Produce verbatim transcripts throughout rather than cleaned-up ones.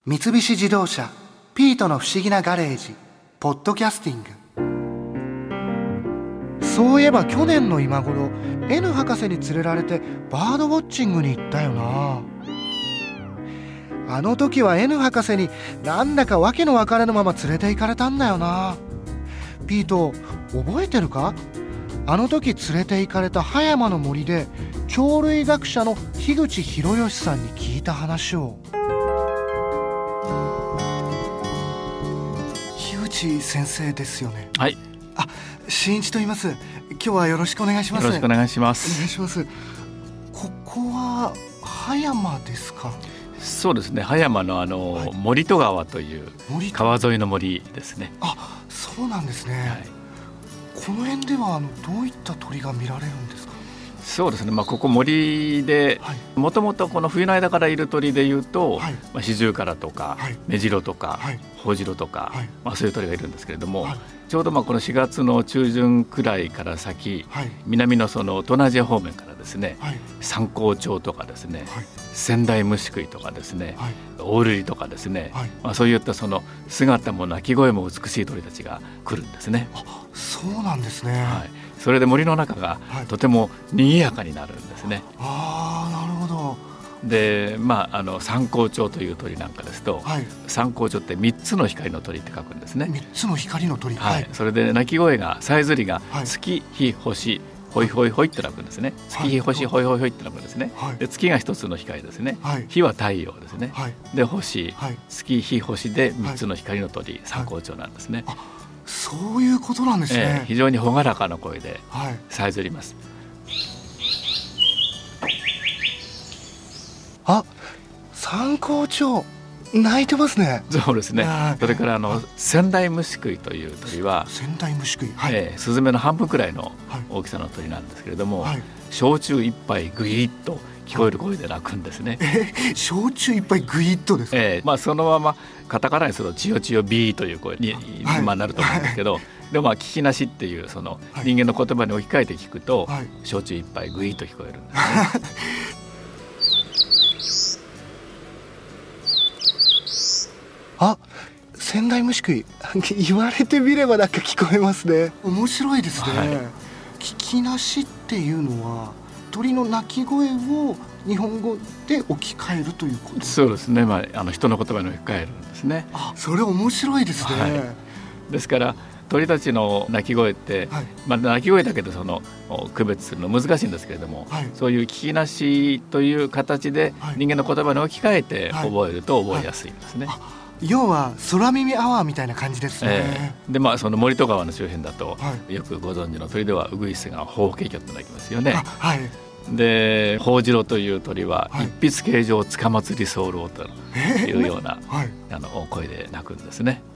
三菱自動車ピートの不思議なガレージポッドキャスティング。そういえば去年の今頃 N 博士に連れられてバードウォッチングに行ったよな。あの時は N 博士になんだかわけのわからぬまま連れて行かれたんだよな。ピート覚えてるか？あの時連れて行かれた葉山の森で鳥類学者の樋口博義さんに聞いた話を。樋口先生ですよね。 はい。 あ、新一と言います。今日はよろしくお願いします。 よろしくお願いしまお願いす。 します。ここは葉山ですか？ そうですね。葉山のあの、はい、森戸川という森戸川沿いの森ですね。 あ、そうなんですね。 はい、 この辺ではあのどういった鳥が見られるんですか？ そうですね、まあ、ここ森でもともとこの冬の間からいる鳥でいうと、はい、まあ、シジュウカラとか、はい、メジロとか、はい、ホウジロとか、はい、まあ、そういう鳥がいるんですけれども、はい、ちょうどまあこのしがつの中旬くらいから先、はい、南のその東南アジア方面からですね、はい、三光鳥とかですね、はい、仙台虫食いとかですね、はい、オオルリとかですね、はい、まあ、そういったその姿も鳴き声も美しい鳥たちが来るんですね。 あ、そうなんですね。 はい、それで森の中がとても賑やかになるんですね。 はい、あ、なるほど。 で、まあ、あの三光鳥という鳥なんかですと、はい、三光鳥ってみっつの光の鳥って書くんですね。 みっつの光の鳥、 はいはい、それで鳴き声がさえずりが月、日、星、ほいほいほいって鳴くんですね。月、日、星、ほいほいほいって鳴くんですね。はい、で月が一つの光ですね。はい、日は太陽ですね。はい、で星、はい、月、日、星でみっつの光の鳥、はい、三光鳥なんですね。 あ、そういうことなんですね。 えー、非常に朗らかな声でさえずります。 あ、三光鳥鳴いてますね。 そうですね。それからあの仙台虫食いという鳥は仙台虫食い、はい、 えー、スズメの半分くらいの大きさの鳥なんですけれども、はい、焼酎一杯グイッと聞こえる声で鳴くんですね。 えー、焼酎一杯グイッとですか？ えーまあ、そのままカタカナにするとチヨチヨビーという声に、はい、まあ、なると思うんですけど、はい、でもまあ聞きなしっていうその人間の言葉に置き換えて聞くと、はい、焼酎一杯グイッと聞こえるんですね。 あ、仙台虫食い言われてみればなんか聞こえますね。面白いですね。はい、聞きなしっていうのは鳥の鳴き声を日本語で置き換えるということ？ そうですね、まあ、あの人の言葉に置き換えるんですね。 あ、それ面白いですね。はい、 ですから鳥たちの鳴き声って、はい、まあ、鳴き声だけでその区別するの難しいんですけれども、はい、そういう聞きなしという形で人間の言葉に置き換えて覚えると覚えやすいんですね。はいはい、 要は空耳アワーみたいな感じですね。 えー、でまあ、その森戸川の周辺だと、はい、よくご存知の鳥ではウグイスがホウケイキョって鳴きますよね。 はい、 でホウジロという鳥は、はい、一筆形状つかまつり候というような、えーはい、あの声で鳴くんですね。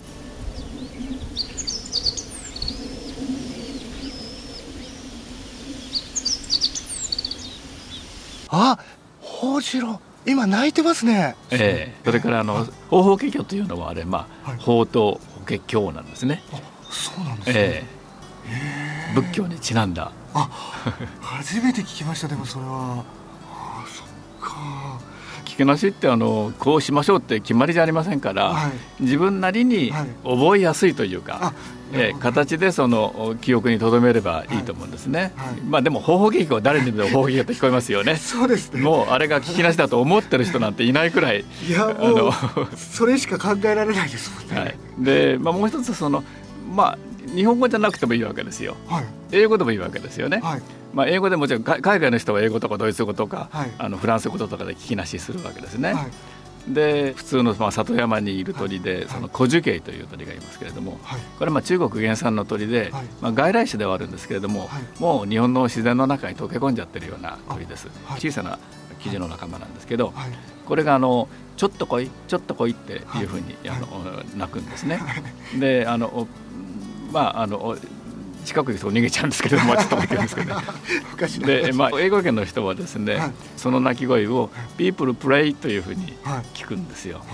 あ、ホウジロ今鳴いてますね。 えー、それからあのホウホウケイキョというのはあれ、まあ、ホウと法華経なんですね。 あ、そうなんですね。 えー、仏教にちなんだ。 あ、初めて聞きました。でもそれはあ、そっか。 聞きなしってあのこうしましょうって決まりじゃありませんから、はい、自分なりに覚えやすいというか、はい、えー、形でその記憶に留めればいいと思うんですね。はいはい、まあ、でもホウホウケイキョは誰にでもホウホウケイキョって聞こえますよね。 そうですね。 もうあれが聞きなしだと思ってる人なんていないくらい。 いや、もうそれしか考えられないですもんね。はい、 で、まあ、もう一つその、まあ、日本語じゃなくてもいいわけですよ。はい、英語でもいいわけですよね。はい、まあ、英語でもちろん海外の人は英語とかドイツ語とか、はい、あのフランス語とかで聞きなしするわけですね。はい、で普通のまあ里山にいる鳥で、はい、そのコジュケイという鳥がいますけれども、はい、これはまあ中国原産の鳥で、はい、まあ、外来種ではあるんですけれども、はい、もう日本の自然の中に溶け込んじゃってるような鳥です。はい、小さな生地の仲間なんですけど、はい、これがあのちょっと来いちょっと来いっていうふうに、はい、あの鳴くんですね。はい、であのまああの近くにそう逃げちゃうんですけど、まあ、ちょっと置いてるんですけどね。で、まあ、英語圏の人はですね、はい、その鳴き声を People Play というふうに聞くんですよ。はい、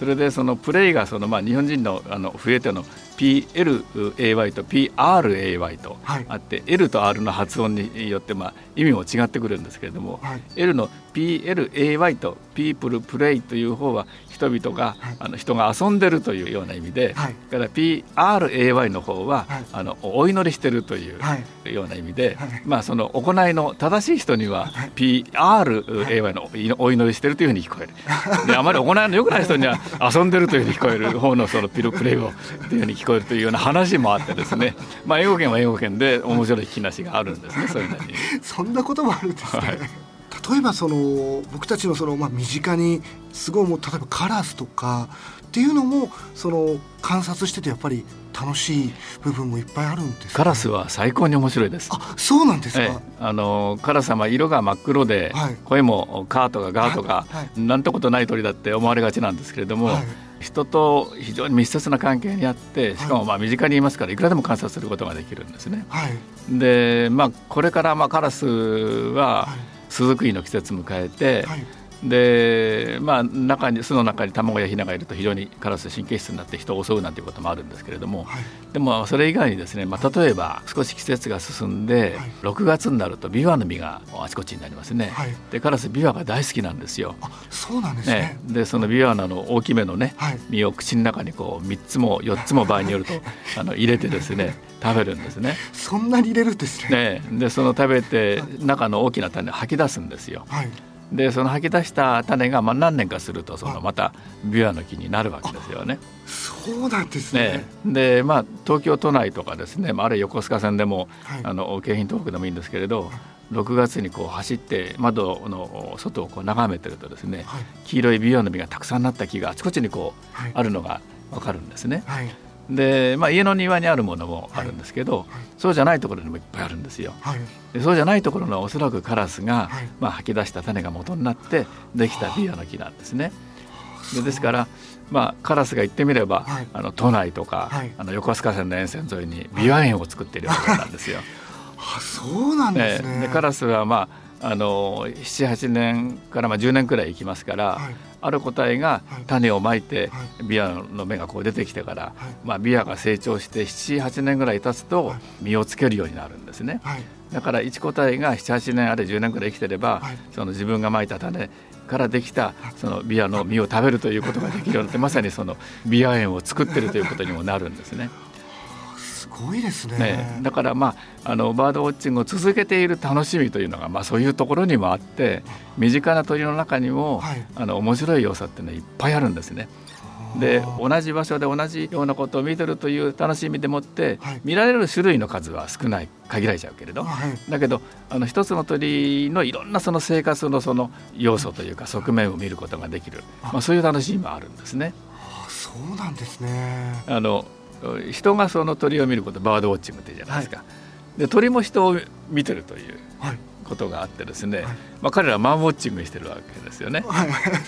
それでそのプレイがその、まあ、日本人の、あの増えての ピーエルエーワイ と ピーアールエーワイ とあって、はい、L と R の発音によって、まあ、意味も違ってくるんですけれども、はい、L の ピーエルエーワイ と People Play という方は人々が、はい、あの人が遊んでるというような意味で、はい、から ピーアールエーワイ の方は、はい、あのお祈りしてるというような意味で、はい、まあ、その行いの正しい人には ピーアールエーワイ のお祈りしてるというふうに聞こえる。であまり行いの良くない人には遊んでるというふうに聞こえる方のそのピルプレイをというふうに聞こえるというような話もあってですね、まあ、英語圏は英語圏で面白い聞きなしがあるんですね。そういうのにそんなこともあるんですね。はい、例えばその僕たちのその、まあ、身近にすごいもう例えばカラスとかっていうのもその観察しててやっぱり楽しい部分もいっぱいあるんですか、ね、 カラスは最高に面白いです。 あ、そうなんですか。ええ、 あのカラスは色が真っ黒で、はい、声もカーとかガーとか、はいはい、なんてことない鳥だって思われがちなんですけれども、はい、人と非常に密接な関係にあって、しかもまあ身近にいますからいくらでも観察することができるんですね。はい、で、まあ、これからまあカラスは巣作りの季節迎えて、はい、でまあ、中に巣の中に卵やヒナがいると非常にカラス神経質になって人を襲うなんていうこともあるんですけれども、はい、でもそれ以外にですね、まあ、例えば少し季節が進んで、はい、ろくがつになるとビワの実があちこちになりますね。はい、でカラスビワが大好きなんですよ。 あ、そうなんですね。ね、 でそのビワの大きめのね、はい、実を口の中にこうみっつもよっつも場合によるとあの入れてですね食べるんですね。 そんなに入れるんですね。 ねでその食べて中の大きな種を吐き出すんですよ。はい、でその吐き出した種がまあ何年かするとそのまたビワの木になるわけですよね。 そうなんですね。 ねで、まあ、東京都内とかですね、あるいは横須賀線でも、はい、あの京浜東北でもいいんですけれど、はい、ろくがつにこう走って窓の外をこう眺めてるとですね、はい、黄色いビワの実がたくさんなった木があちこちにこう、はい、あるのが分かるんですね。はい、でまあ、家の庭にあるものもあるんですけど、はいはい、そうじゃないところにもいっぱいあるんですよ。はい、でそうじゃないところのおそらくカラスが、はい、まあ、吐き出した種が元になってできたビワの木なんですね。でですから、まあ、カラスが言ってみれば、はい、あの都内とか、はい、あの横須賀線の沿線沿いにビワ園を作っているわけなんですよ。 あ、そうなんですね。 でカラスは、まあ、あのななはちねんからまあじゅうねんくらい生きますから、はい、ある個体が種をまいて、はい、ビワの芽がこう出てきてから、はい、まあ、ビワが成長してななはちねんぐらい経つと実をつけるようになるんですね。はい、だからいち個体がななはちねんあるいはじゅうねんくらい生きてれば、はい、その自分がまいた種からできたそのビワの実を食べるということができるようになってまさにそのビワ園を作っているということにもなるんですね。 すごいですね。 ね、だから、まあ、あのバードウォッチングを続けている楽しみというのが、まあ、そういうところにもあって身近な鳥の中にも、はい、あの面白い要素って、ね、いっぱいあるんですね。で同じ場所で同じようなことを見てるという楽しみでもって、はい、見られる種類の数は少ない限られちゃうけれど、はい、だけどあの一つの鳥のいろんなその生活のその要素というか側面を見ることができる、まあ、そういう楽しみもあるんですね。 あ、そうなんですね。 あの人がその鳥を見ることバードウォッチングって言うじゃないですか。はい、で鳥も人を見てるということがあってですね、はい、まあ、彼らはマンウォッチングしてるわけですよね。はい、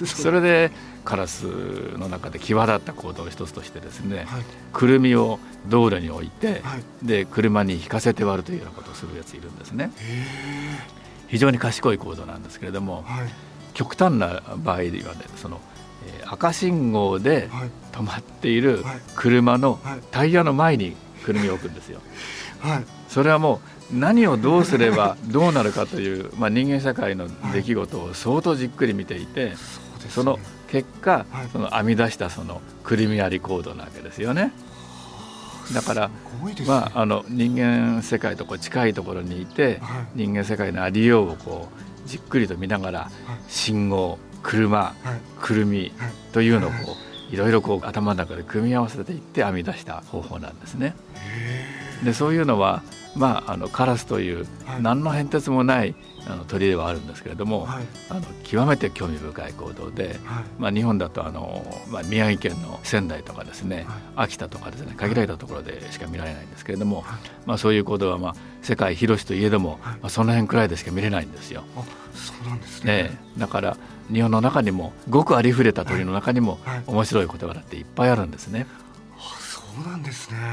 それでカラスの中で際立った行動の一つとしてですね、はい、クルミを道路に置いて、はい、で車に引かせて割るというようなことをするやついるんですね。非常に賢い行動なんですけれども、はい、極端な場合ではね、その赤信号で止まっている車のタイヤの前にくるみを置くんですよ。はい、それはもう何をどうすればどうなるかという、まあ、人間社会の出来事を相当じっくり見ていて、はい、その結果、はい、その編み出したそのくるみ割り行動なわけですよね。だから、ね、まあ、あの人間世界とこう近いところにいて、はい、人間世界のありようをこうじっくりと見ながら、はい、信号、車、はい、くるみというのをこう、はい、いろいろこう頭の中で組み合わせていって編み出した方法なんですね。でそういうのは、まあ、あのカラスという何の変哲もないあの鳥ではあるんですけれども、はい、あの極めて興味深い行動で、はい、まあ、日本だとあの、まあ、宮城県の仙台とかですね、はい、秋田とかですね、限られたところでしか見られないんですけれども、はい、まあ、そういう行動は、まあ、世界広しといえども、はい、まあ、その辺くらいでしか見れないんですよ。 あ、そうなんですね。 ね、だから日本の中にもごくありふれた鳥の中にも、はいはい、面白い事柄っていっぱいあるんですね。 あ、そうなんですね。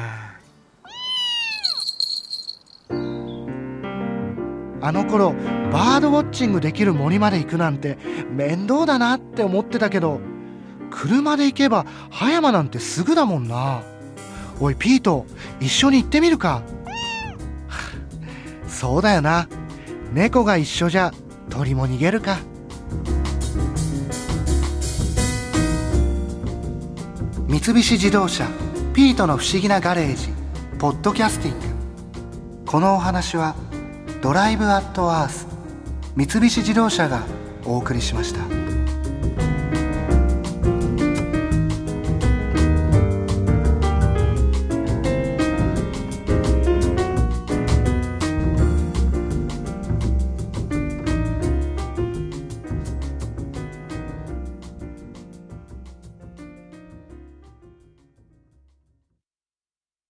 あの頃バードウォッチングできる森まで行くなんて面倒だなって思ってたけど、 車で行けば葉山なんてすぐだもんな。おいピート、一緒に行ってみるか。そうだよな、猫が一緒じゃ鳥も逃げるか。三菱自動車ピートの不思議なガレージポッドキャスティング。このお話はドライブアットアース三菱自動車がお送りしました。